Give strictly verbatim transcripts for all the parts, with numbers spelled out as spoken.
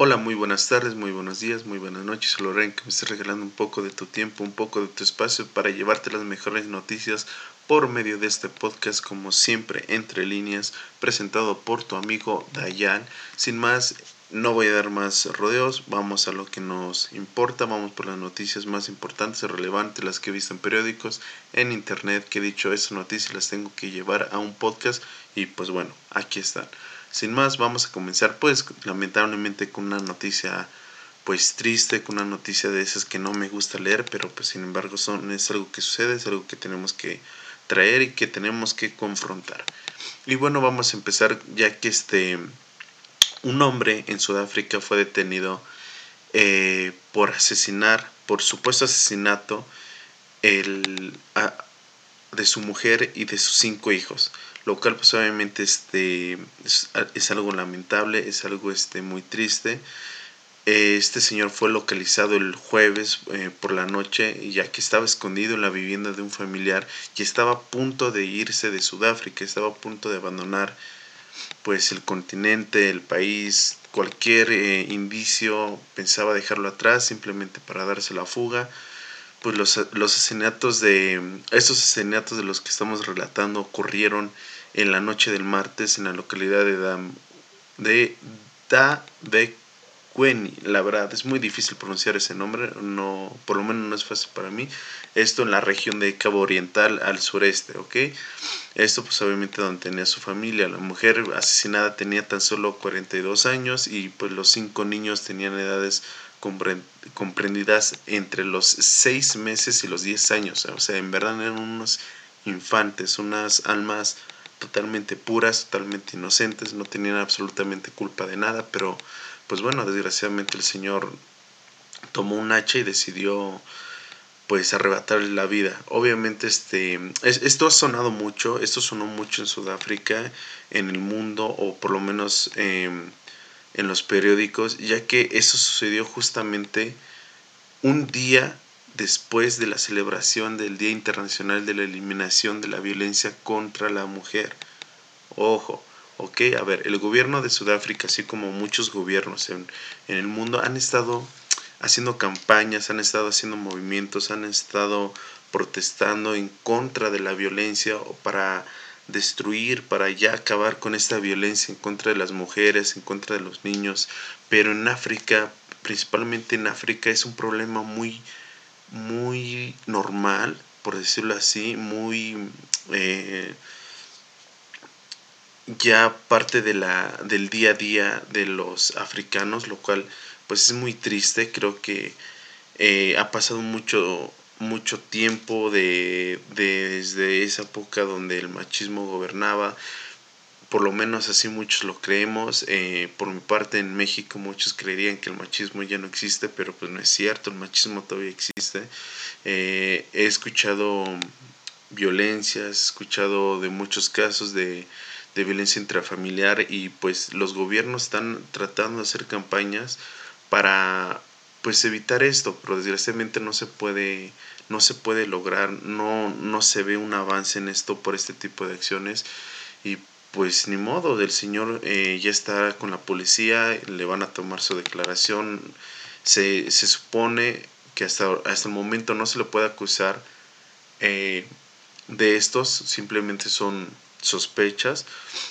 Hola, muy buenas tardes, muy buenos días, muy buenas noches, Loren, que me estés regalando un poco de tu tiempo, un poco de tu espacio para llevarte las mejores noticias por medio de este podcast, como siempre, entre líneas, presentado por tu amigo Dayan. Sin más, no voy a dar más rodeos, vamos a lo que nos importa, vamos por las noticias más importantes y relevantes, las que he visto en periódicos, en internet, que he dicho, esas noticias las tengo que llevar a un podcast y pues bueno, aquí están. Sin más, vamos a comenzar pues lamentablemente con una noticia pues triste, con una noticia de esas que no me gusta leer, pero pues sin embargo son, es algo que sucede, es algo que tenemos que traer y que tenemos que confrontar. Y bueno, vamos a empezar ya que este un hombre en Sudáfrica fue detenido eh, por asesinar, por supuesto asesinato el, a, de su mujer y de sus cinco hijos, lo cual pues obviamente este es, es algo lamentable, es algo este muy triste. Este señor fue localizado el jueves eh, por la noche, ya que estaba escondido en la vivienda de un familiar y estaba a punto de irse de Sudáfrica, estaba a punto de abandonar pues el continente, el país, cualquier eh, indicio, pensaba dejarlo atrás simplemente para darse la fuga. Pues los, los asesinatos de estos asesinatos de los que estamos relatando ocurrieron en la noche del martes en la localidad de Dam, de Dabequeni. La verdad es muy difícil pronunciar ese nombre, no, por lo menos no es fácil para mí. Esto en la región de Cabo Oriental al sureste, ¿ok? Esto pues obviamente donde tenía su familia. La mujer asesinada tenía tan solo cuarenta y dos años y pues los cinco niños tenían edades comprendidas entre los seis meses y los diez años. O sea, en verdad eran unos infantes, unas almas totalmente puras, totalmente inocentes, no tenían absolutamente culpa de nada, pero pues bueno, desgraciadamente el señor tomó un hacha y decidió pues arrebatarle la vida. Obviamente este es, esto ha sonado mucho, esto sonó mucho en Sudáfrica, en el mundo o por lo menos eh, en los periódicos, ya que eso sucedió justamente un día después de la celebración del Día Internacional de la Eliminación de la Violencia contra la Mujer. Ojo, ok, a ver, el gobierno de Sudáfrica, así como muchos gobiernos en, en el mundo, han estado haciendo campañas, han estado haciendo movimientos, han estado protestando en contra de la violencia o para destruir, para ya acabar con esta violencia en contra de las mujeres, en contra de los niños. Pero en África, principalmente en África, es un problema muy, muy normal, por decirlo así, muy eh, ya parte de la, del día a día de los africanos, lo cual pues es muy triste. Creo que eh, ha pasado mucho, mucho tiempo de, de, desde esa época donde el machismo gobernaba, por lo menos así muchos lo creemos. Eh, por mi parte en México muchos creerían que el machismo ya no existe, pero pues no es cierto, el machismo todavía existe. Eh, he escuchado violencias, he escuchado de muchos casos de, de violencia intrafamiliar y pues los gobiernos están tratando de hacer campañas para pues evitar esto, pero desgraciadamente no se puede no se puede lograr, no no se ve un avance en esto por este tipo de acciones y pues ni modo, el señor eh, ya está con la policía, le van a tomar su declaración, se, se supone que hasta, hasta el momento no se le puede acusar eh, de estos, simplemente son sospechas,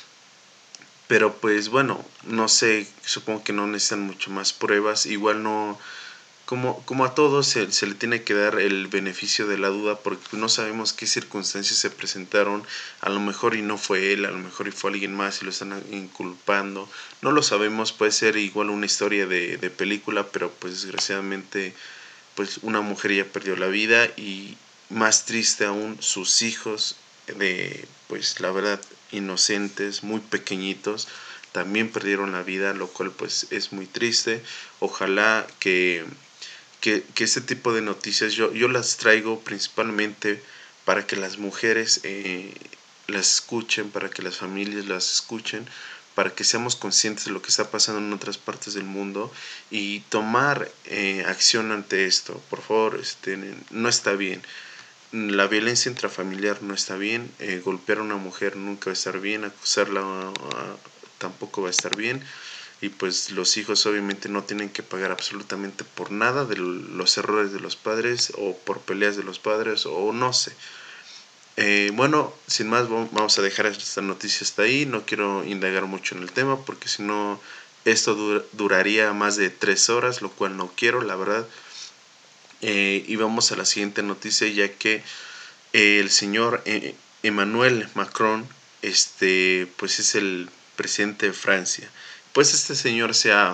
pero pues bueno, no sé, supongo que no necesitan mucho más pruebas, igual no, como, como a todos se, se le tiene que dar el beneficio de la duda porque no sabemos qué circunstancias se presentaron, a lo mejor y no fue él, a lo mejor y fue alguien más y lo están inculpando, no lo sabemos, puede ser igual una historia de, de película, pero pues desgraciadamente pues una mujer ya perdió la vida y más triste aún sus hijos de pues la verdad inocentes, muy pequeñitos, también perdieron la vida, lo cual pues es muy triste. Ojalá que que, que este tipo de noticias yo, yo las traigo principalmente para que las mujeres eh, las escuchen, para que las familias las escuchen, para que seamos conscientes de lo que está pasando en otras partes del mundo y tomar eh, acción ante esto. Por favor, este, no está bien. La violencia intrafamiliar no está bien, eh, golpear a una mujer nunca va a estar bien, acusarla uh, tampoco va a estar bien. y pues los hijos obviamente no tienen que pagar absolutamente por nada de los errores de los padres o por peleas de los padres o no sé. Eh, bueno, sin más vamos a dejar esta noticia hasta ahí, no quiero indagar mucho en el tema porque si no esto dur- duraría más de tres horas, lo cual no quiero, la verdad. Eh, y vamos a la siguiente noticia, ya que eh, el señor eh, Emmanuel Macron, este, pues es el presidente de Francia. Pues este señor se ha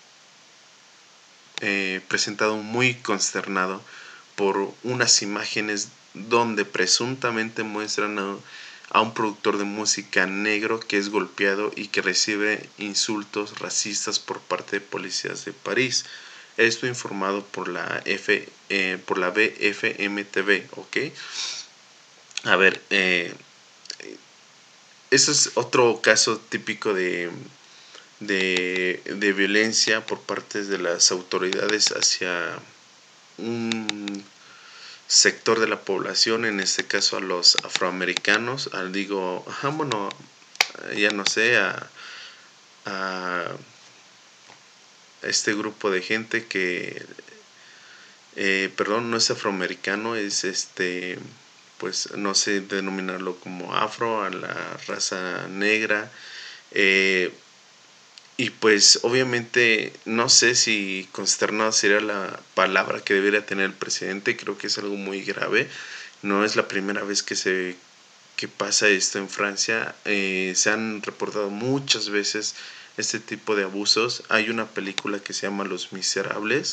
eh, presentado muy consternado por unas imágenes donde presuntamente muestran a, a un productor de música negro que es golpeado y que recibe insultos racistas por parte de policías de París. Esto informado por la F, eh, por la B F M T V, ¿ok? A ver, eh, eso es otro caso típico de, de, de violencia por parte de las autoridades hacia un sector de la población, en este caso a los afroamericanos, al digo, ajá, bueno, ya no sé, a, a este grupo de gente que, eh, perdón, no es afroamericano, es este, pues no sé denominarlo como afro, a la raza negra, eh, y pues obviamente no sé si consternado sería la palabra que debería tener el presidente, creo que es algo muy grave, no es la primera vez que se que pasa esto en Francia, eh, se han reportado muchas veces este tipo de abusos. Hay una película que se llama Los Miserables,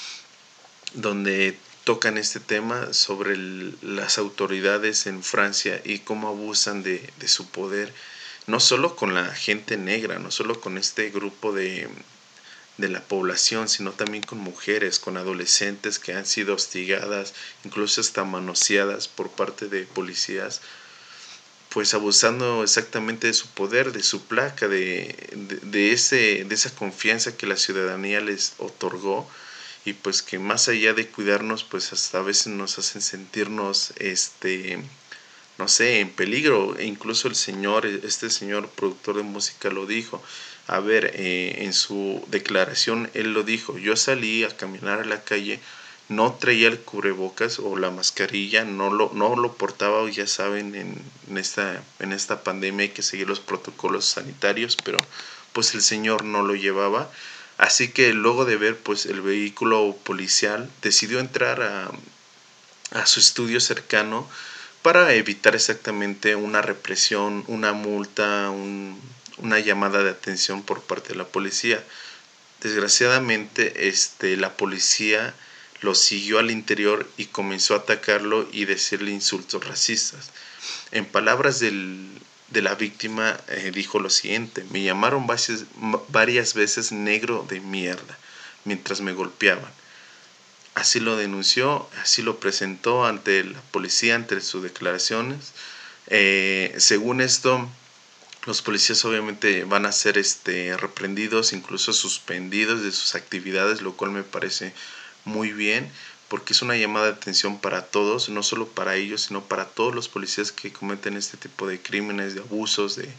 donde tocan este tema sobre el, las autoridades en Francia y cómo abusan de, de su poder, no solo con la gente negra, no solo con este grupo de, de la población, sino también con mujeres, con adolescentes que han sido hostigadas, incluso hasta manoseadas por parte de policías, pues abusando exactamente de su poder, de su placa, de, de, de, ese, de esa confianza que la ciudadanía les otorgó, y pues que más allá de cuidarnos, pues hasta a veces nos hacen sentirnos, este, no sé, en peligro. E incluso el señor, este señor productor de música lo dijo. A ver, eh, en su declaración él lo dijo: yo salí a caminar a la calle, no traía el cubrebocas o la mascarilla, no lo, no lo portaba, ya saben, en, en, esta, en esta pandemia hay que seguir los protocolos sanitarios, pero pues el señor no lo llevaba. Así que luego de ver pues el vehículo policial, decidió entrar a, a su estudio cercano para evitar exactamente una represión, una multa, un, una llamada de atención por parte de la policía. Desgraciadamente, este, la policía lo siguió al interior y comenzó a atacarlo y decirle insultos racistas. En palabras del, de la víctima, eh, dijo lo siguiente: me llamaron varias, varias veces negro de mierda mientras me golpeaban. Así lo denunció, así lo presentó ante la policía, ante sus declaraciones. Eh, según esto, los policías obviamente van a ser este, reprendidos, incluso suspendidos de sus actividades, lo cual me parece muy bien, porque es una llamada de atención para todos, no solo para ellos, sino para todos los policías que cometen este tipo de crímenes, de abusos, de,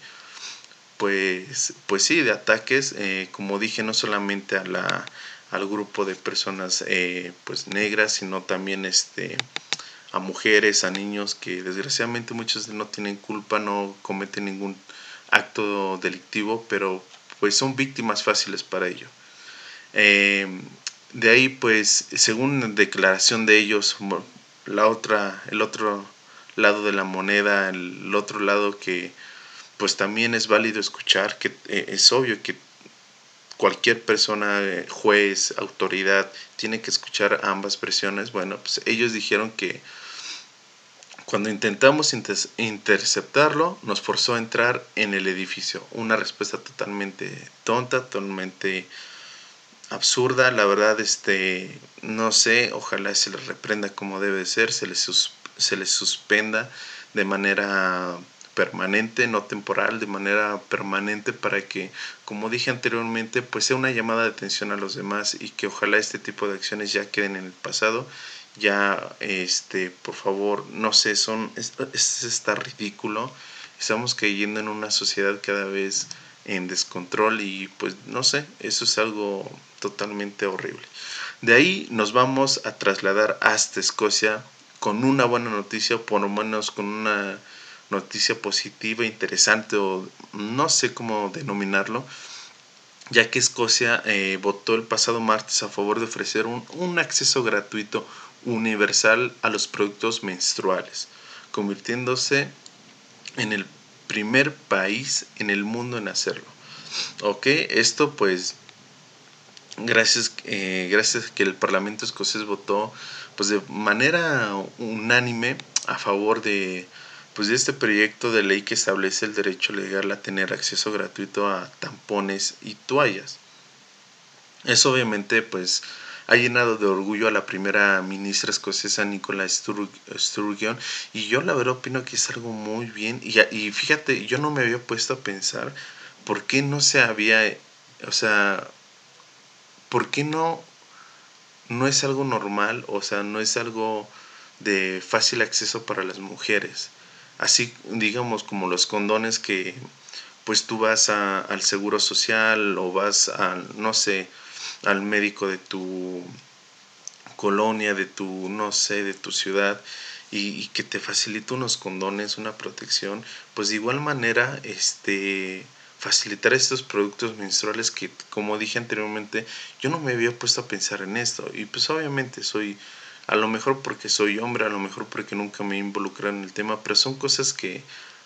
pues, pues sí, de ataques, eh, como dije, no solamente a la, al grupo de personas eh, pues negras, sino también este, a mujeres, a niños que desgraciadamente muchos no tienen culpa, no cometen ningún acto delictivo, pero pues son víctimas fáciles para ello. Eh, de ahí pues, según declaración de ellos, la otra, el otro lado de la moneda, el otro lado que pues también es válido escuchar, que eh, es obvio que cualquier persona, eh, juez, autoridad, tiene que escuchar ambas versiones. Bueno, pues ellos dijeron que cuando intentamos inter interceptarlo, nos forzó a entrar en el edificio. Una respuesta totalmente tonta, totalmente absurda. La verdad, este, no sé, ojalá se les reprenda como debe ser, se les, sus se les suspenda de manera permanente, no temporal, de manera permanente, para que, como dije anteriormente, pues sea una llamada de atención a los demás y que ojalá este tipo de acciones ya queden en el pasado. Ya, este, por favor, no sé, son, es, es está ridículo. Estamos cayendo en una sociedad cada vez en descontrol y pues no sé, eso es algo totalmente horrible. De ahí nos vamos a trasladar hasta Escocia con una buena noticia, por lo menos con una noticia positiva, interesante o no sé cómo denominarlo, ya que Escocia eh, votó el pasado martes a favor de ofrecer un, un acceso gratuito universal a los productos menstruales, convirtiéndose en el primer país en el mundo en hacerlo. Ok, esto pues gracias, eh, gracias a que el Parlamento escocés votó pues de manera unánime a favor de pues de este proyecto de ley que establece el derecho legal a tener acceso gratuito a tampones y toallas. Eso obviamente pues ha llenado de orgullo a la primera ministra escocesa Nicola Sturgeon, y yo la verdad opino que es algo muy bien y, y fíjate, yo no me había puesto a pensar por qué no se había, o sea, por qué no no es algo normal, o sea, no es algo de fácil acceso para las mujeres. Así, digamos, como los condones que pues tú vas a, al seguro social o vas al, no sé, al médico de tu colonia, de tu, no sé, de tu ciudad y, y que te facilite unos condones, una protección, pues de igual manera, este facilitar estos productos menstruales que, como dije anteriormente, yo no me había puesto a pensar en esto y pues obviamente soy, a lo mejor porque soy hombre, a lo mejor porque nunca me he involucrado en el tema, pero son cosas que,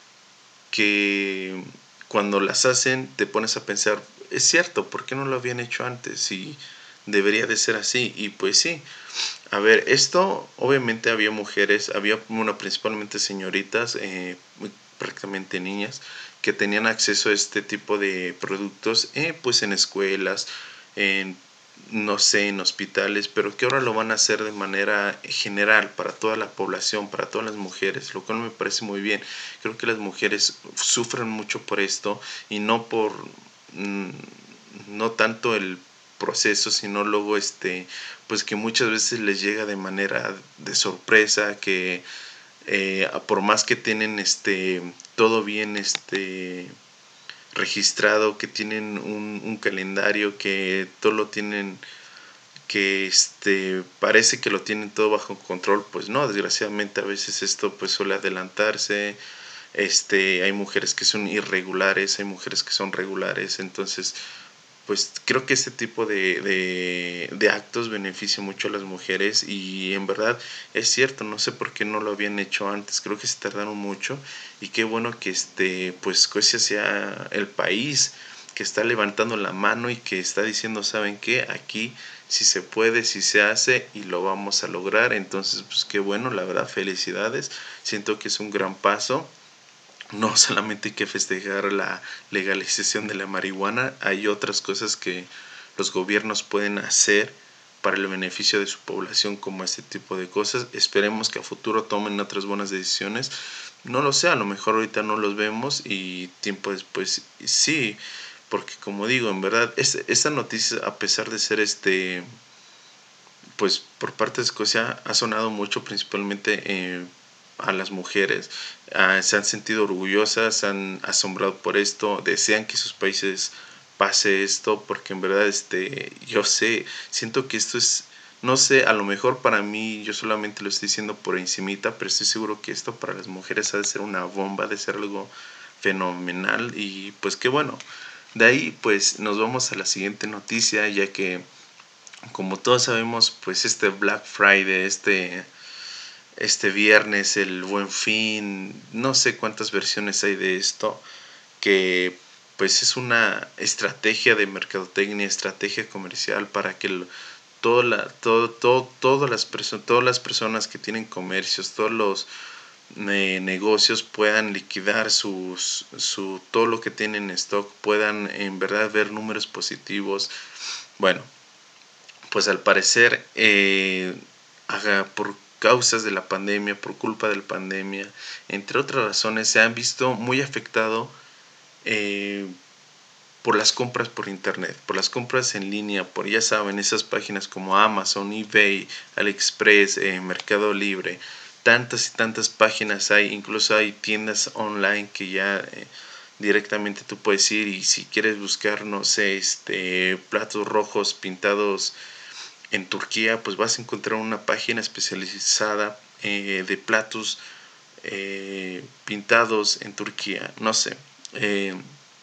que cuando las hacen te pones a pensar, es cierto, ¿por qué no lo habían hecho antes? Y debería de ser así, y pues sí. A ver, esto obviamente había mujeres, había bueno, principalmente señoritas, eh, prácticamente niñas, que tenían acceso a este tipo de productos, eh, pues en escuelas, en no sé, en hospitales, pero que ahora lo van a hacer de manera general para toda la población, para todas las mujeres, lo cual me parece muy bien. Creo que las mujeres sufren mucho por esto y no por mm, no tanto el proceso, sino luego este pues que muchas veces les llega de manera de sorpresa, que eh, por más que tienen este todo bien este registrado, que tienen un, un calendario, que todo lo tienen, que este parece que lo tienen todo bajo control, pues no, desgraciadamente a veces esto pues suele adelantarse. Este hay mujeres que son irregulares, hay mujeres que son regulares, entonces pues creo que este tipo de, de, de actos beneficia mucho a las mujeres y en verdad es cierto, no sé por qué no lo habían hecho antes, creo que se tardaron mucho y qué bueno que este pues Suecia sea el país que está levantando la mano y que está diciendo, ¿saben qué? Aquí si se puede, si se hace y lo vamos a lograr, entonces pues qué bueno, la verdad, felicidades, siento que es un gran paso. No solamente hay que festejar la legalización de la marihuana, hay otras cosas que los gobiernos pueden hacer para el beneficio de su población como este tipo de cosas. Esperemos que a futuro tomen otras buenas decisiones. No lo sé, a lo mejor ahorita no los vemos y tiempo después sí, porque como digo, en verdad, esta noticia, a pesar de ser este, pues por parte de Escocia, ha sonado mucho principalmente eh, a las mujeres, uh, se han sentido orgullosas, se han asombrado por esto, desean que sus países pase esto, porque en verdad este, yo sé, siento que esto es, no sé, a lo mejor para mí, yo solamente lo estoy diciendo por encimita, pero estoy seguro que esto para las mujeres ha de ser una bomba, de ser algo fenomenal y pues qué bueno. De ahí pues nos vamos a la siguiente noticia, ya que como todos sabemos pues este Black Friday, este este viernes, el Buen Fin, no sé cuántas versiones hay de esto, que pues es una estrategia de mercadotecnia, estrategia comercial para que el, toda la, todo, todo, todas, las perso- todas las personas que tienen comercios, todos los eh, negocios puedan liquidar sus, su, todo lo que tienen en stock, puedan en verdad ver números positivos. Bueno, pues al parecer eh, haga por causas de la pandemia, por culpa de la pandemia, entre otras razones, se han visto muy afectado eh, por las compras por internet, por las compras en línea, por ya saben, esas páginas como Amazon, eBay, AliExpress, eh, Mercado Libre, tantas y tantas páginas hay, incluso hay tiendas online que ya eh, directamente tú puedes ir y si quieres buscar, no sé, este platos rojos pintados en Turquía, pues vas a encontrar una página especializada eh, de platos eh, pintados en Turquía, no sé. Eh,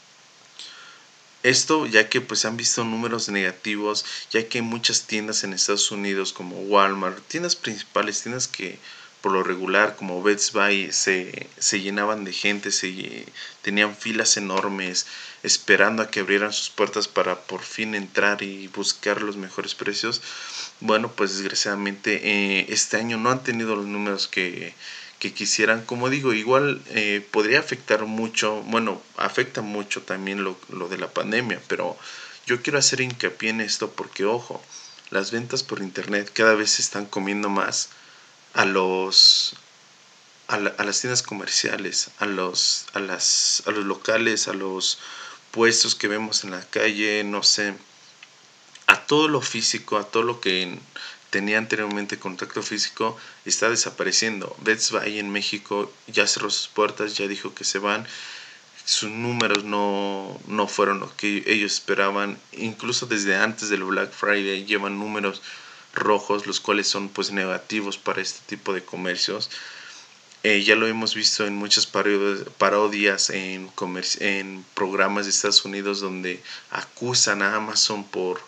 esto ya que pues han visto números negativos, ya que muchas tiendas en Estados Unidos como Walmart, tiendas principales, tiendas que por lo regular como Best Buy se, se llenaban de gente, se, tenían filas enormes esperando a que abrieran sus puertas para por fin entrar y buscar los mejores precios. Bueno, pues desgraciadamente eh, este año no han tenido los números que, que quisieran. Como digo, igual eh, podría afectar mucho, bueno, afecta mucho también lo, lo de la pandemia, pero yo quiero hacer hincapié en esto porque, ojo, las ventas por internet cada vez se están comiendo más a los a, la, a las tiendas comerciales, a los a las a los locales, a los puestos que vemos en la calle, no sé, a todo lo físico, a todo lo que tenía anteriormente contacto físico, está desapareciendo. Best Buy en México ya cerró sus puertas, ya dijo que se van. Sus números no, no fueron lo que ellos esperaban. Incluso desde antes del Black Friday llevan números rojos, los cuales son pues negativos para este tipo de comercios. Eh, ya lo hemos visto en muchas parodias en, en programas de Estados Unidos donde acusan a Amazon por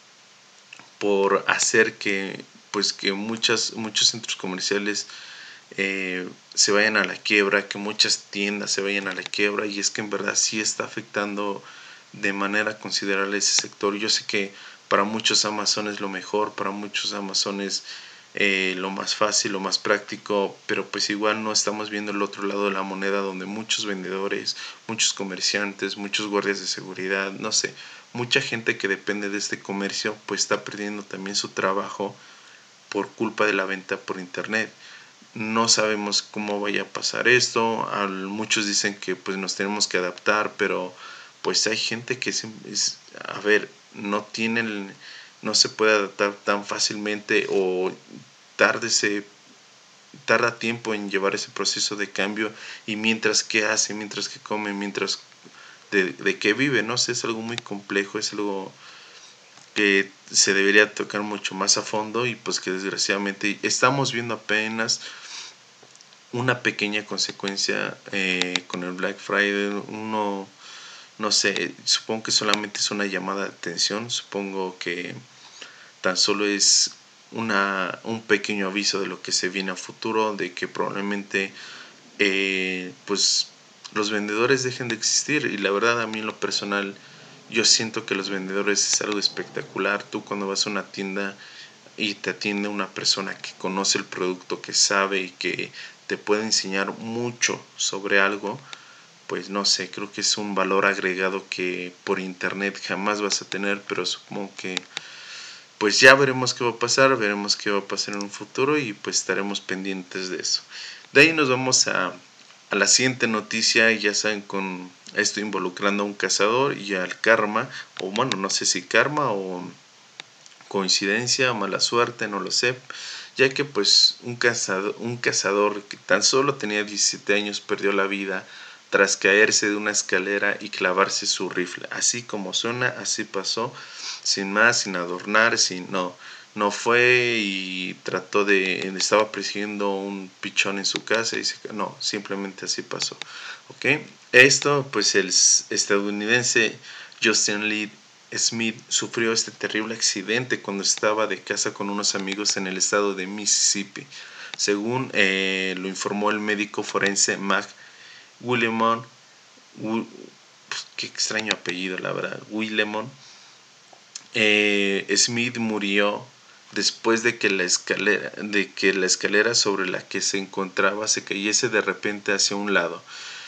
por hacer que pues que muchas muchos centros comerciales eh, se vayan a la quiebra, que muchas tiendas se vayan a la quiebra, y es que en verdad sí está afectando de manera considerable ese sector. Yo sé que para muchos Amazon es lo mejor, para muchos Amazon es eh, lo más fácil, lo más práctico, pero pues igual no estamos viendo el otro lado de la moneda donde muchos vendedores, muchos comerciantes, muchos guardias de seguridad, no sé, mucha gente que depende de este comercio pues está perdiendo también su trabajo por culpa de la venta por internet. No sabemos cómo vaya a pasar esto. Muchos dicen que pues nos tenemos que adaptar, pero pues hay gente que es, es a ver, no tienen, no se puede adaptar tan fácilmente o tárdese, tarda tiempo en llevar ese proceso de cambio, y mientras que hace, mientras que come, mientras de, de que vive, no sé, es algo muy complejo, es algo que se debería tocar mucho más a fondo y pues que desgraciadamente estamos viendo apenas una pequeña consecuencia eh, con el Black Friday. Uno, no sé, supongo que solamente es una llamada de atención, supongo que tan solo es una, un pequeño aviso de lo que se viene a futuro, de que probablemente eh, pues los vendedores dejen de existir. Y la verdad, a mí en lo personal, yo siento que los vendedores es algo espectacular. Tú cuando vas a una tienda y te atiende una persona que conoce el producto, que sabe y que te puede enseñar mucho sobre algo, pues no sé, creo que es un valor agregado que por internet jamás vas a tener, pero supongo que pues ya veremos qué va a pasar, veremos qué va a pasar en un futuro y pues estaremos pendientes de eso. De ahí nos vamos a, a la siguiente noticia, ya saben, con esto involucrando a un cazador y al karma, o bueno, no sé si karma o coincidencia, mala suerte, no lo sé, ya que pues un cazador, un cazador que tan solo tenía diecisiete años perdió la vida tras caerse de una escalera y clavarse su rifle. Así como suena, así pasó, sin más, sin adornar, sin no, no fue y trató de, estaba persiguiendo un pichón en su casa y se, no, simplemente así pasó. ¿Ok? Esto, pues el estadounidense Justin Lee Smith sufrió este terrible accidente cuando estaba de caza con unos amigos en el estado de Mississippi, según eh, lo informó el médico forense Mac Willemon. Pues, qué extraño apellido, la verdad. Willemon. Eh, Smith murió después de que la escalera, de que la escalera sobre la que se encontraba se cayese de repente hacia un lado.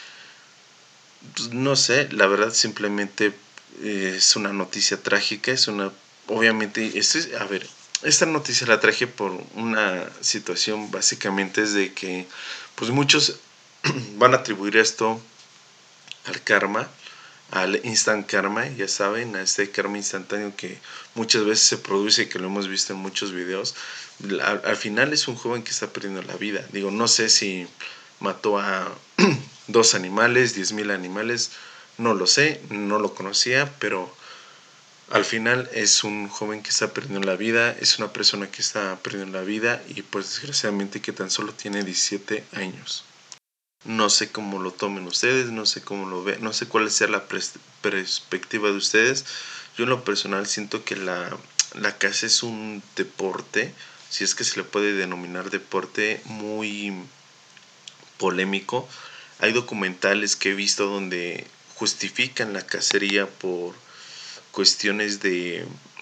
Pues, no sé, la verdad simplemente eh, es una noticia trágica, es una, obviamente, esto es, a ver, esta noticia la traje por una situación, básicamente es de que, pues muchos van a atribuir esto al karma, al instant karma, ya saben, a este karma instantáneo que muchas veces se produce y que lo hemos visto en muchos videos. Al, al final es un joven que está perdiendo la vida. Digo, no sé si mató a dos animales, diez mil animales, No lo sé, no lo conocía, pero al final es un joven que está perdiendo la vida, es una persona que está perdiendo la vida y pues desgraciadamente que tan solo tiene diecisiete años. No sé cómo lo tomen ustedes, no sé cómo lo ven, no sé cuál sea la perspectiva de ustedes. Yo en lo personal siento que la, la caza es un deporte, si es que se le puede denominar deporte, muy polémico. Hay documentales que he visto donde justifican la cacería por cuestiones de,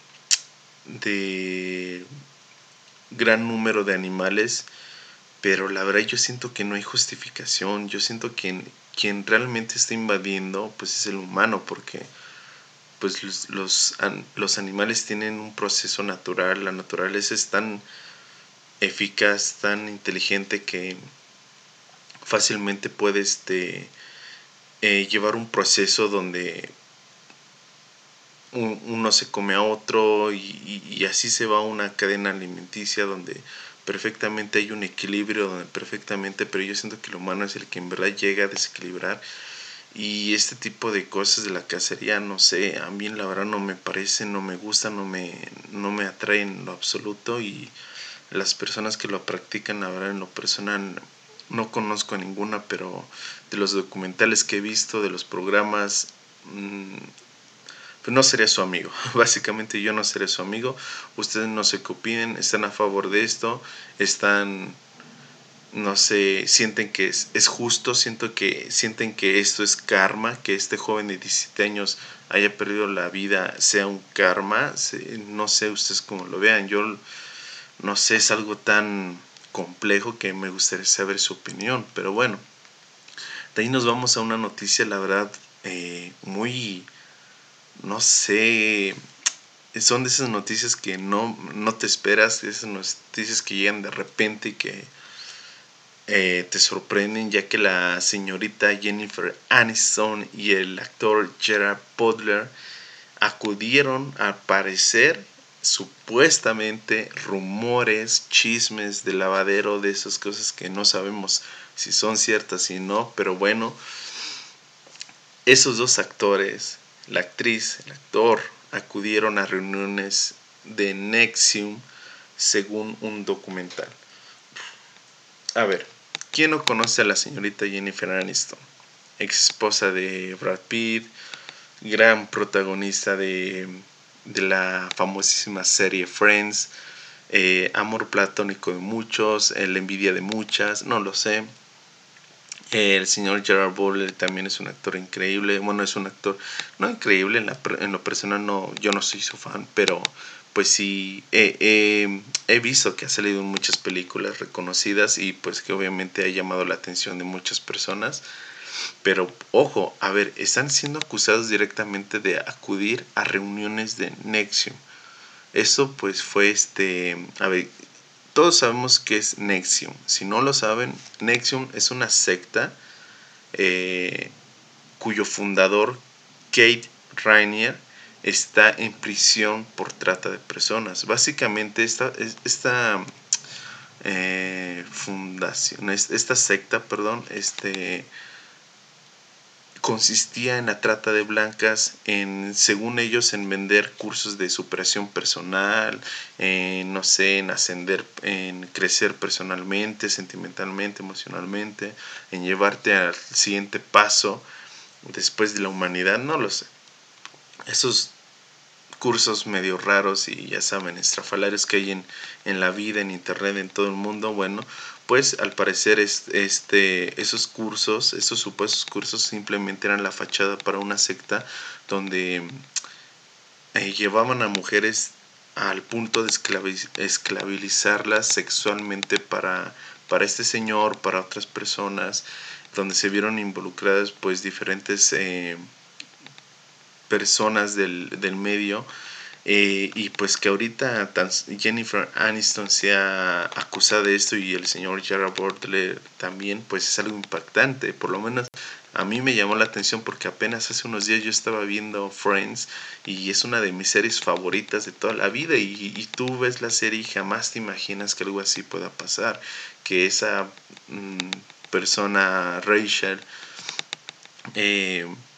de gran número de animales, pero la verdad yo siento que no hay justificación. Yo siento que quien realmente está invadiendo pues es el humano, porque pues los, los, los animales tienen un proceso natural. La naturaleza es tan eficaz, tan inteligente que fácilmente puede este, eh, llevar un proceso donde uno se come a otro y, y, y así se va una cadena alimenticia donde perfectamente hay un equilibrio, donde perfectamente, pero yo siento que el humano es el que en verdad llega a desequilibrar. Y este tipo de cosas de la cacería, no sé, a mí la verdad no me parece, no me gusta, no me, no me atrae en lo absoluto, y las personas que lo practican, la verdad en lo personal no conozco a ninguna, pero de los documentales que he visto, de los programas, mmm, pues no sería su amigo. Básicamente yo no seré su amigo. Ustedes no sé qué opinen, están a favor de esto, están, no sé, sienten que es, es justo, siento que, sienten que esto es karma, que este joven de diecisiete años haya perdido la vida sea un karma. No sé ustedes cómo lo vean, yo no sé, es algo tan complejo que me gustaría saber su opinión, pero bueno, de ahí nos vamos a una noticia, la verdad, eh, muy, no sé, son de esas noticias que no, no te esperas, de esas noticias que llegan de repente y que eh, te sorprenden, ya que la señorita Jennifer Aniston y el actor Gerard Butler acudieron, al parecer, supuestamente, rumores, chismes de lavadero, de esas cosas que no sabemos si son ciertas o no, pero bueno, esos dos actores, la actriz, el actor, acudieron a reuniones de N X I V M según un documental. A ver, ¿quién no conoce a la señorita Jennifer Aniston? Ex esposa de Brad Pitt, gran protagonista de, de la famosísima serie Friends, eh, amor platónico de muchos, eh, la envidia de muchas, no lo sé. Eh, el señor Gerard Butler también es un actor increíble. Bueno, es un actor no increíble, en, la, en lo personal no, yo no soy su fan, pero pues sí, eh, eh, he visto que ha salido en muchas películas reconocidas y pues que obviamente ha llamado la atención de muchas personas. Pero ojo, a ver, están siendo acusados directamente de acudir a reuniones de N X I V M. Eso pues fue este, a ver, todos sabemos que es N X I V M. Si no lo saben, N X I V M es una secta eh, cuyo fundador, Kate Rainier, está en prisión por trata de personas. Básicamente esta, esta eh, fundación, esta secta, perdón, este consistía en la trata de blancas, en, según ellos, en vender cursos de superación personal, en, no sé, en ascender, en crecer personalmente, sentimentalmente, emocionalmente, en llevarte al siguiente paso después de la humanidad, no lo sé. Esos cursos medio raros y ya saben, estrafalarios que hay en, en la vida, en internet, en todo el mundo, bueno, pues al parecer este, esos cursos, esos supuestos cursos simplemente eran la fachada para una secta donde eh, llevaban a mujeres al punto de esclaviz esclavizarlas sexualmente para, para este señor, para otras personas, donde se vieron involucradas pues diferentes eh, personas del, del medio. Eh, y pues que ahorita Jennifer Aniston sea acusada de esto y el señor Gerard Butler también, pues es algo impactante. Por lo menos a mí me llamó la atención porque apenas hace unos días yo estaba viendo Friends y es una de mis series favoritas de toda la vida, y, y tú ves la serie y jamás te imaginas que algo así pueda pasar, que esa mmm, persona Rachel eh,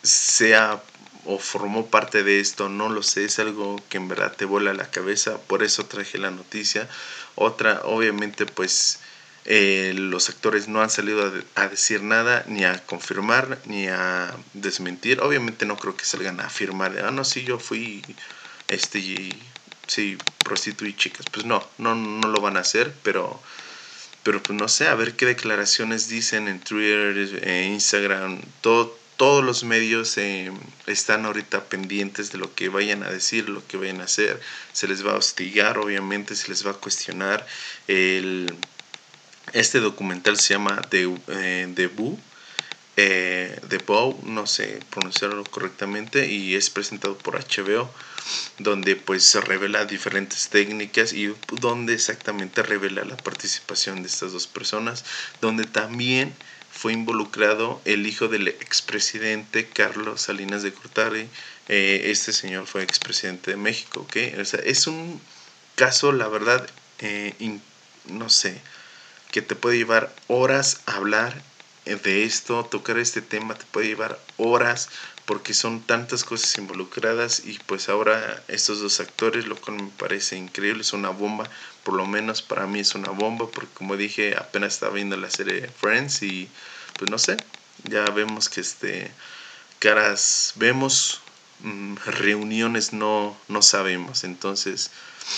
sea o formó parte de esto, no lo sé, es algo que en verdad te vuela la cabeza, por eso traje la noticia. Otra, obviamente, pues eh, los actores no han salido a, de, a decir nada, ni a confirmar, ni a desmentir. Obviamente no creo que salgan a afirmar, ah, no, sí, yo fui, este, y, sí, prostituí chicas. Pues no, no, no lo van a hacer, pero... Pero pues no sé, a ver qué declaraciones dicen en Twitter, eh, Instagram, todo, todos los medios eh, están ahorita pendientes de lo que vayan a decir, lo que vayan a hacer. Se les va a hostigar, obviamente, se les va a cuestionar. El, este documental se llama The, eh, The Boo, eh, The Bow, no sé pronunciarlo correctamente, y es presentado por H B O, donde pues se revela diferentes técnicas y donde exactamente revela la participación de estas dos personas, donde también fue involucrado el hijo del expresidente Carlos Salinas de Gortari. Eh, este señor fue expresidente de México, ¿ok? O sea, es un caso, la verdad, eh, in, no sé, que te puede llevar horas a hablar de esto, tocar este tema te puede llevar horas, porque son tantas cosas involucradas. Y pues ahora estos dos actores, lo cual me parece increíble, es una bomba, por lo menos para mí es una bomba, porque como dije, apenas estaba viendo la serie Friends y pues no sé, ya vemos que este caras vemos, mmm, reuniones no, no sabemos. Entonces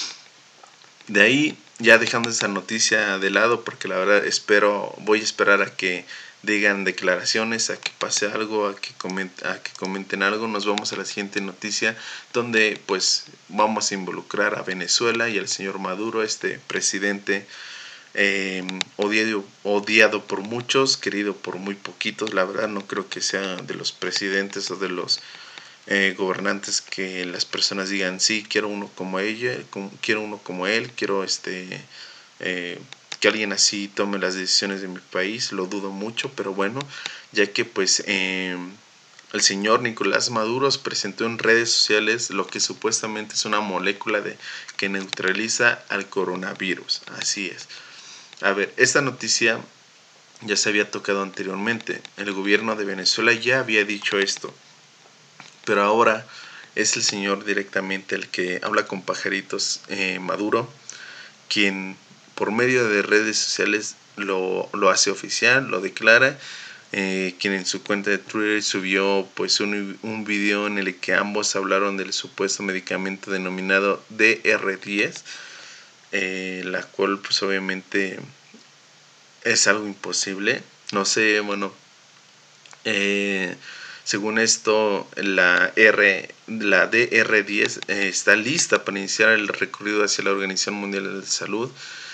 de ahí, ya dejando esa noticia de lado, porque la verdad espero, voy a esperar a que digan declaraciones, a que pase algo, a que comenten, a que comenten algo. Nos vamos a la siguiente noticia, donde pues vamos a involucrar a Venezuela y al señor Maduro, este presidente eh, odiado, odiado por muchos, querido por muy poquitos. La verdad no creo que sea de los presidentes o de los eh, gobernantes que las personas digan, sí, quiero uno como ella, como, quiero uno como él, quiero este eh, que alguien así tome las decisiones de mi país. Lo dudo mucho, pero bueno, ya que pues eh, el señor Nicolás Maduro presentó en redes sociales lo que supuestamente es una molécula de, que neutraliza al coronavirus. Así es. A ver, esta noticia ya se había tocado anteriormente. El gobierno de Venezuela ya había dicho esto, pero ahora es el señor directamente el que habla con pajaritos, eh, Maduro, quien por medio de redes sociales lo, lo hace oficial, lo declara, eh, quien en su cuenta de Twitter subió pues un, un video en el que ambos hablaron del supuesto medicamento denominado D R diez, eh, la cual pues obviamente es algo imposible. No sé, bueno, eh, según esto, la R, la D R diez eh, está lista para iniciar el recorrido hacia la Organización Mundial de Salud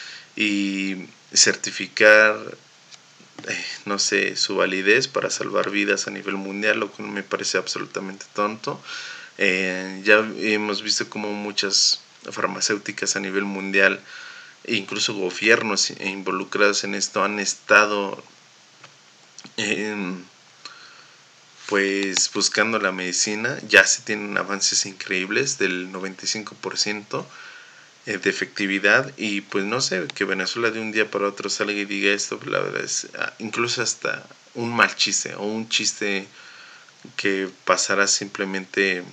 y certificar, eh, no sé, su validez para salvar vidas a nivel mundial, lo cual me parece absolutamente tonto. Eh, ya hemos visto como muchas farmacéuticas a nivel mundial, e incluso gobiernos involucrados en esto, han estado en pues buscando la medicina. Ya se tienen avances increíbles del noventa y cinco por ciento de efectividad, y pues no sé, que Venezuela de un día para otro salga y diga esto, la verdad es incluso hasta un mal chiste o un chiste que pasará simplemente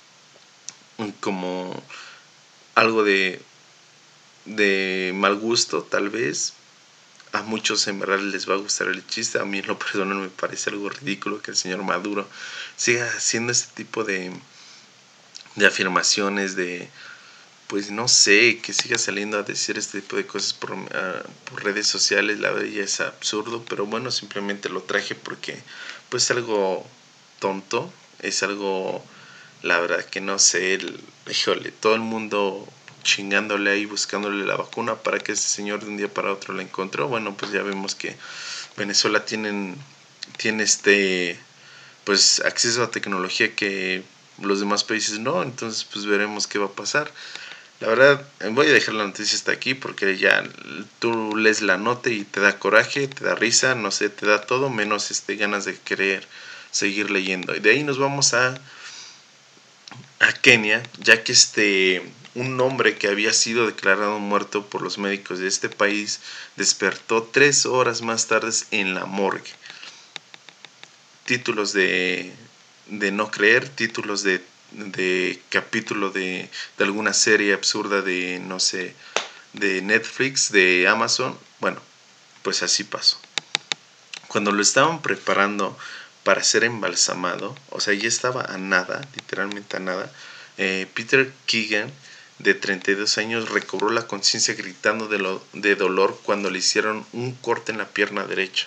como algo de de mal gusto, tal vez. A muchos en verdad les va a gustar el chiste. A mí en lo personal me parece algo ridículo que el señor Maduro siga haciendo este tipo de, de afirmaciones, de pues no sé, que siga saliendo a decir este tipo de cosas por, uh, por redes sociales. La verdad ya es absurdo, pero bueno, simplemente lo traje porque pues es algo tonto, es algo, la verdad que no sé, el, híjole, todo el mundo chingándole ahí, buscándole la vacuna para que ese señor de un día para otro la encontró. Bueno, pues ya vemos que Venezuela tienen, tiene este pues acceso a tecnología que los demás países no. Entonces pues veremos qué va a pasar. La verdad, voy a dejar la noticia hasta aquí porque ya tú lees la nota y te da coraje, te da risa, no sé, te da todo menos este ganas de querer seguir leyendo. Y de ahí nos vamos a a Kenia, ya que este un hombre que había sido declarado muerto por los médicos de este país despertó tres horas más tarde en la morgue. Títulos de de no creer, títulos de, de capítulo de, de alguna serie absurda de, no sé, de Netflix, de Amazon. Bueno, pues así pasó. Cuando lo estaban preparando para ser embalsamado, o sea, ya estaba a nada, literalmente a nada, eh, Peter Keegan, de treinta y dos años, recobró la conciencia gritando de, lo, de dolor cuando le hicieron un corte en la pierna derecha.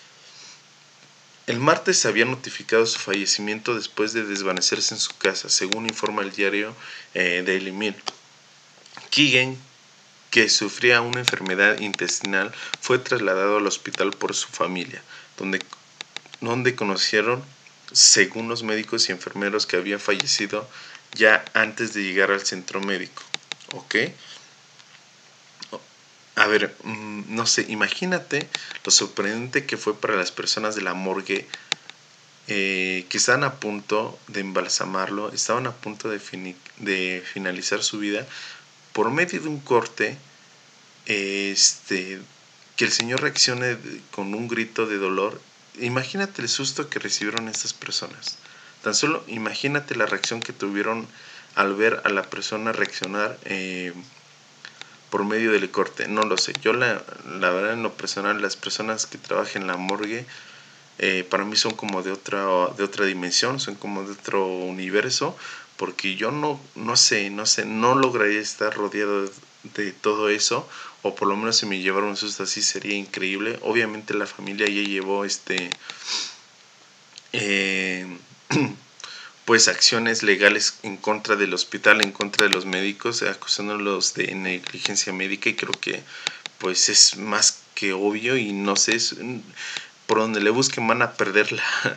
El martes se había notificado su fallecimiento después de desvanecerse en su casa, según informa el diario eh, Daily Mail. Keegan, que sufría una enfermedad intestinal, fue trasladado al hospital por su familia, donde, donde conocieron, según los médicos y enfermeros, que había fallecido ya antes de llegar al centro médico. ¿Ok? A ver, no sé, imagínate lo sorprendente que fue para las personas de la morgue, eh, que estaban a punto de embalsamarlo, estaban a punto de, fini- de finalizar su vida por medio de un corte, este, que el señor reaccione con un grito de dolor. Imagínate el susto que recibieron estas personas. Tan solo imagínate la reacción que tuvieron al ver a la persona reaccionar eh, por medio del corte. No lo sé. Yo la, la verdad, en lo personal, las personas que trabajan en la morgue, eh, para mí son como de otra, de otra dimensión, son como de otro universo, porque yo no, no sé, no sé, no lograría estar rodeado de, de todo eso, o por lo menos si me llevara un susto así sería increíble. Obviamente la familia ya llevó este eh, pues acciones legales en contra del hospital, en contra de los médicos, acusándolos de negligencia médica, y creo que pues es más que obvio, y no sé, es, por donde le busquen van a perder la,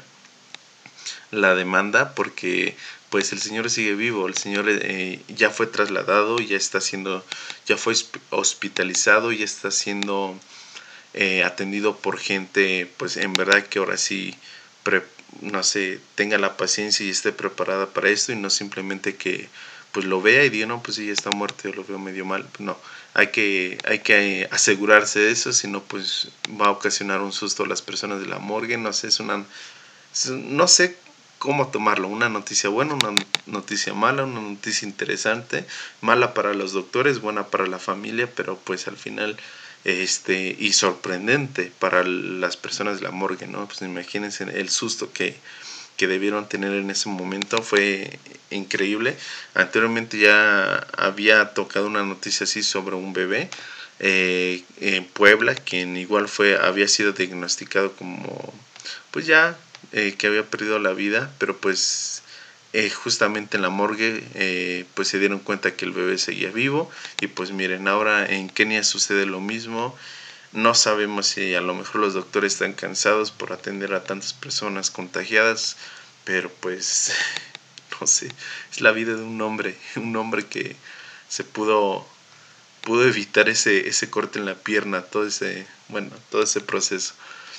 la demanda, porque pues el señor sigue vivo, el señor eh, ya fue trasladado, ya está siendo, ya fue hospitalizado, ya está siendo eh, atendido por gente, pues en verdad que ahora sí, pre, no sé, tenga la paciencia y esté preparada para esto, y no simplemente que pues lo vea y diga, no, pues sí, ya está muerto, yo lo veo medio mal. No, hay que, hay que asegurarse de eso, si no, pues va a ocasionar un susto a las personas de la morgue. No sé, es una, no sé cómo tomarlo, una noticia buena, una noticia mala, una noticia interesante, mala para los doctores, buena para la familia, pero pues al final, este, y sorprendente para las personas de la morgue, ¿no? Pues imagínense el susto que, que debieron tener en ese momento, fue increíble. Anteriormente ya había tocado una noticia así sobre un bebé eh, en Puebla, quien igual fue, había sido diagnosticado como, pues ya, eh, que había perdido la vida, pero pues eh, justamente en la morgue eh, pues se dieron cuenta que el bebé seguía vivo. Y pues miren, ahora en Kenia sucede lo mismo. No sabemos si a lo mejor los doctores están cansados por atender a tantas personas contagiadas, pero pues no sé, es la vida de un hombre, un hombre que se pudo pudo evitar ese ese corte en la pierna, todo ese, bueno, todo ese proceso.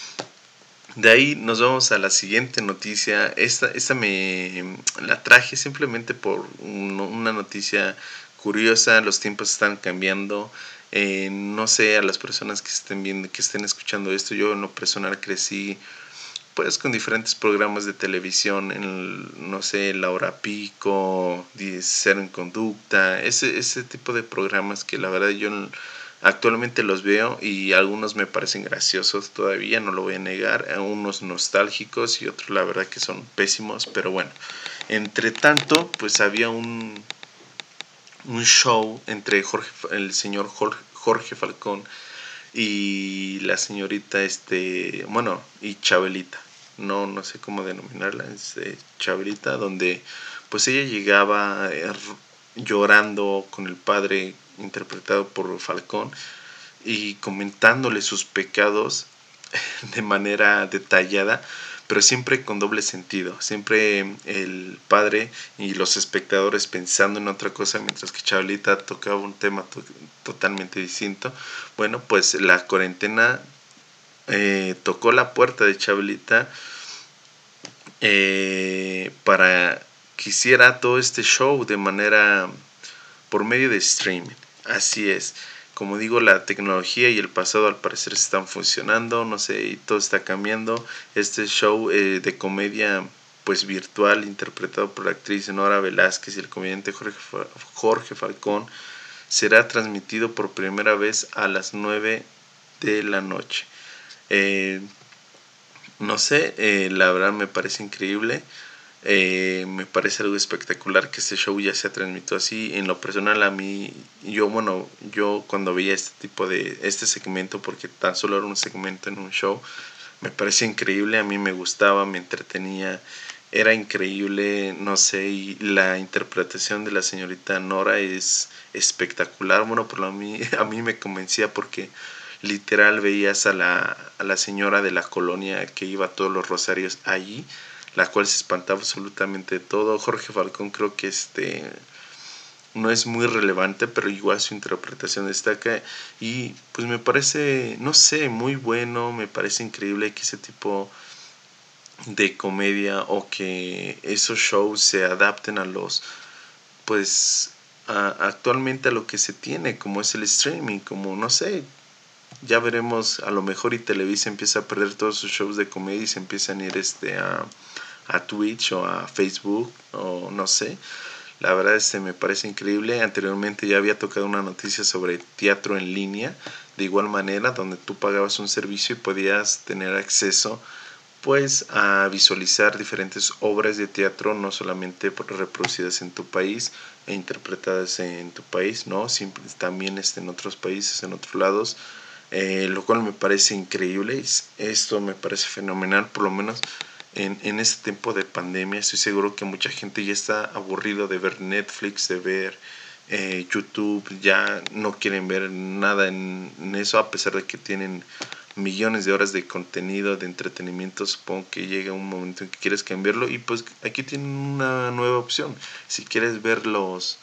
De ahí nos vamos a la siguiente noticia. Esta, esta me la traje simplemente por un, una noticia curiosa. Los tiempos están cambiando. Eh, no sé, a las personas que estén viendo, que estén escuchando esto, yo en lo personal crecí pues con diferentes programas de televisión, en, no sé, La Hora Pico, Cero en Conducta, ese, ese tipo de programas que la verdad yo actualmente los veo y algunos me parecen graciosos todavía, no lo voy a negar, unos nostálgicos y otros la verdad que son pésimos, pero bueno, entre tanto pues había un, un show entre Jorge, el señor Jorge, Jorge Falcón y la señorita, este, bueno, y Chabelita, no, no sé cómo denominarla, este, Chabelita, donde pues ella llegaba eh, llorando con el padre interpretado por Falcón y comentándole sus pecados de manera detallada, pero siempre con doble sentido, siempre el padre y los espectadores pensando en otra cosa, mientras que Chabelita tocaba un tema to- totalmente distinto. Bueno, pues la cuarentena eh, tocó la puerta de Chabelita eh, para que hiciera todo este show de manera por medio de streaming. Así es. Como digo, la tecnología y el pasado al parecer están funcionando, no sé, y todo está cambiando. Este show eh, de comedia pues virtual interpretado por la actriz Nora Velázquez y el comediante Jorge, Jorge Falcón será transmitido por primera vez a las nueve de la noche. Eh, no sé, eh, la verdad me parece increíble. Eh, me parece algo espectacular que este show ya se transmitió así. En lo personal, a mí, yo, bueno, yo cuando veía este tipo de, este segmento, porque tan solo era un segmento en un show, me parecía increíble, a mí me gustaba, me entretenía, era increíble, no sé, y la interpretación de la señorita Nora es espectacular. Bueno, por lo a mí, a mí me convencía porque literal veías a la, a la señora de la colonia que iba a todos los rosarios allí, la cual se espantaba absolutamente de todo. Jorge Falcón creo que este no es muy relevante, pero igual su interpretación destaca y pues me parece, no sé, muy bueno, me parece increíble que ese tipo de comedia o que esos shows se adapten a los, pues a, actualmente a lo que se tiene, como es el streaming, como no sé, ya veremos, a lo mejor y Televisa empieza a perder todos sus shows de comedia y se empiezan a ir este a, a Twitch o a Facebook o no sé. La verdad este me parece increíble. Anteriormente ya había tocado una noticia sobre teatro en línea, de igual manera, donde tú pagabas un servicio y podías tener acceso pues a visualizar diferentes obras de teatro, no solamente reproducidas en tu país e interpretadas en tu país, no, también este, en otros países, en otros lados, eh, lo cual me parece increíble. Esto me parece fenomenal, por lo menos en, en este tiempo de pandemia. Estoy seguro que mucha gente ya está aburrido de ver Netflix, de ver eh, YouTube, ya no quieren ver nada en, en eso, a pesar de que tienen millones de horas de contenido, de entretenimiento. Supongo que llega un momento en que quieres cambiarlo y pues aquí tienen una nueva opción. Si quieres ver los,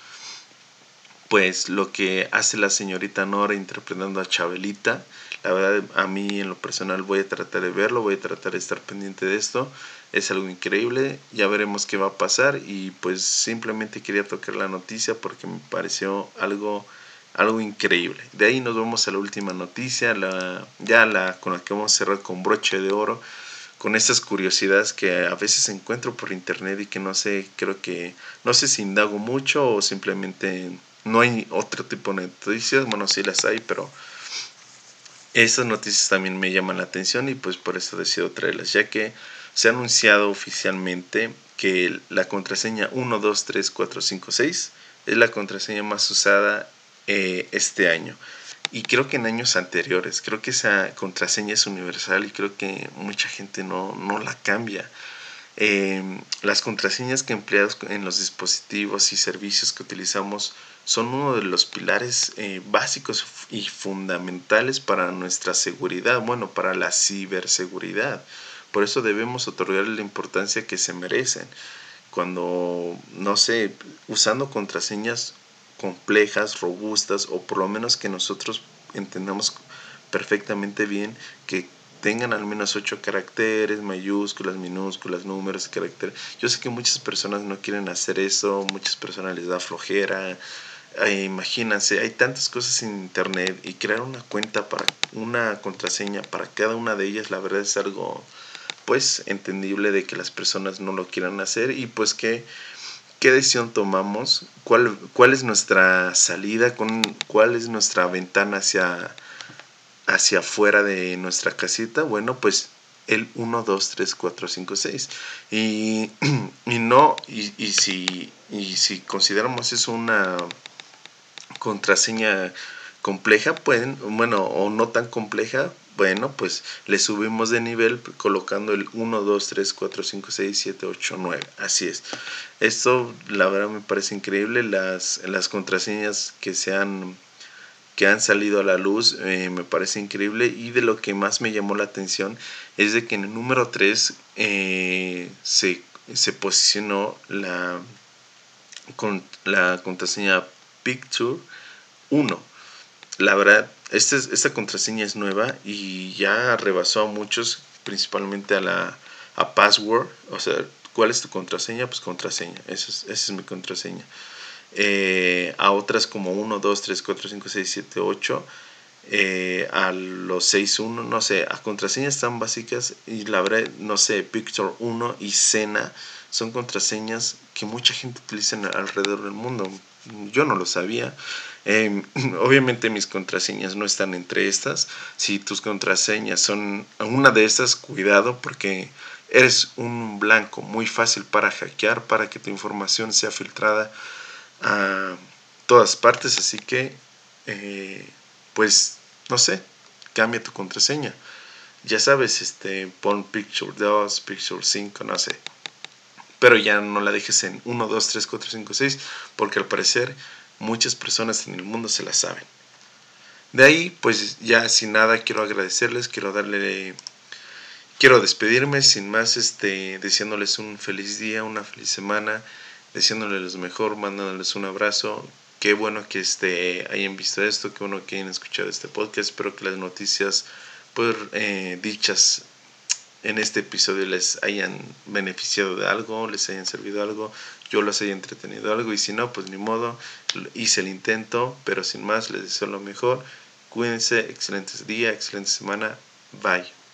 pues lo que hace la señorita Nora interpretando a Chabelita, la verdad a mí en lo personal voy a tratar de verlo, voy a tratar de estar pendiente de esto. Es algo increíble, ya veremos qué va a pasar y pues simplemente quería tocar la noticia porque me pareció algo algo increíble. De ahí nos vamos a la última noticia, la, ya la con la que vamos a cerrar con broche de oro, con estas curiosidades que a veces encuentro por internet y que no sé, creo que, no sé si indago mucho o simplemente no hay otro tipo de noticias. Bueno, sí las hay, pero estas noticias también me llaman la atención y pues por eso decido traerlas, ya que se ha anunciado oficialmente que la contraseña uno dos tres cuatro cinco seis es la contraseña más usada eh, este año. Y creo que en años anteriores, creo que esa contraseña es universal y creo que mucha gente no, no la cambia. Eh, las contraseñas que empleamos en los dispositivos y servicios que utilizamos son uno de los pilares eh, básicos y fundamentales para nuestra seguridad, bueno, para la ciberseguridad. Por eso debemos otorgarle la importancia que se merecen. Cuando, no sé, usando contraseñas complejas, robustas, o por lo menos que nosotros entendamos perfectamente bien, que tengan al menos ocho caracteres, mayúsculas, minúsculas, números, caracteres. Yo sé que muchas personas no quieren hacer eso, muchas personas les da flojera. Eh, imagínense, hay tantas cosas en internet y crear una cuenta para una contraseña para cada una de ellas, la verdad es algo pues entendible de que las personas no lo quieran hacer. Y pues que qué decisión tomamos, cuál, cuál es nuestra salida, con, cuál es nuestra ventana hacia hacia afuera de nuestra casita. Bueno, pues el uno, dos, tres, cuatro, cinco, seis. Y, y no, y, y, si, y si consideramos eso una contraseña compleja, pueden, bueno, o no tan compleja, bueno, pues le subimos de nivel colocando el uno, dos, tres, cuatro, cinco, seis, siete, ocho, nueve. Así es. Esto la verdad me parece increíble. Las, las contraseñas que se han que han salido a la luz, eh, me parece increíble. Y de lo que más me llamó la atención es de que en el número tres eh, se, se posicionó la, con, la contraseña Picture uno. La verdad, esta, esta contraseña es nueva y ya rebasó a muchos, principalmente a la a password. O sea, ¿cuál es tu contraseña? Pues contraseña, esa es, esa es mi contraseña. Eh, a otras como uno, dos, tres, cuatro, cinco, seis, siete, ocho. eh, a los seis uno, no sé, a contraseñas tan básicas, y la verdad, no sé, Víctor uno y Cena son contraseñas que mucha gente utiliza alrededor del mundo. Yo no lo sabía. Eh, obviamente mis contraseñas no están entre estas. Si tus contraseñas son una de estas, cuidado, porque eres un blanco muy fácil para hackear, para que tu información sea filtrada a todas partes. Así que eh, pues no sé, cambia tu contraseña. Ya sabes, este, pon Picture dos, Picture cinco, no sé. Pero ya no la dejes en uno, dos, tres, cuatro, cinco, seis, porque al parecer muchas personas en el mundo se la saben. De ahí, pues ya sin nada, quiero agradecerles, quiero darle, quiero despedirme sin más, este, deseándoles un feliz día, una feliz semana, deseándoles lo mejor, mandándoles un abrazo. Qué bueno que este, hayan visto esto, qué bueno que hayan escuchado este podcast. Espero que las noticias pues, eh, dichas en este episodio les hayan beneficiado de algo, les hayan servido algo, yo los haya entretenido algo, y si no, pues ni modo, hice el intento, pero sin más, les deseo lo mejor. Cuídense, excelente día, excelente semana, bye.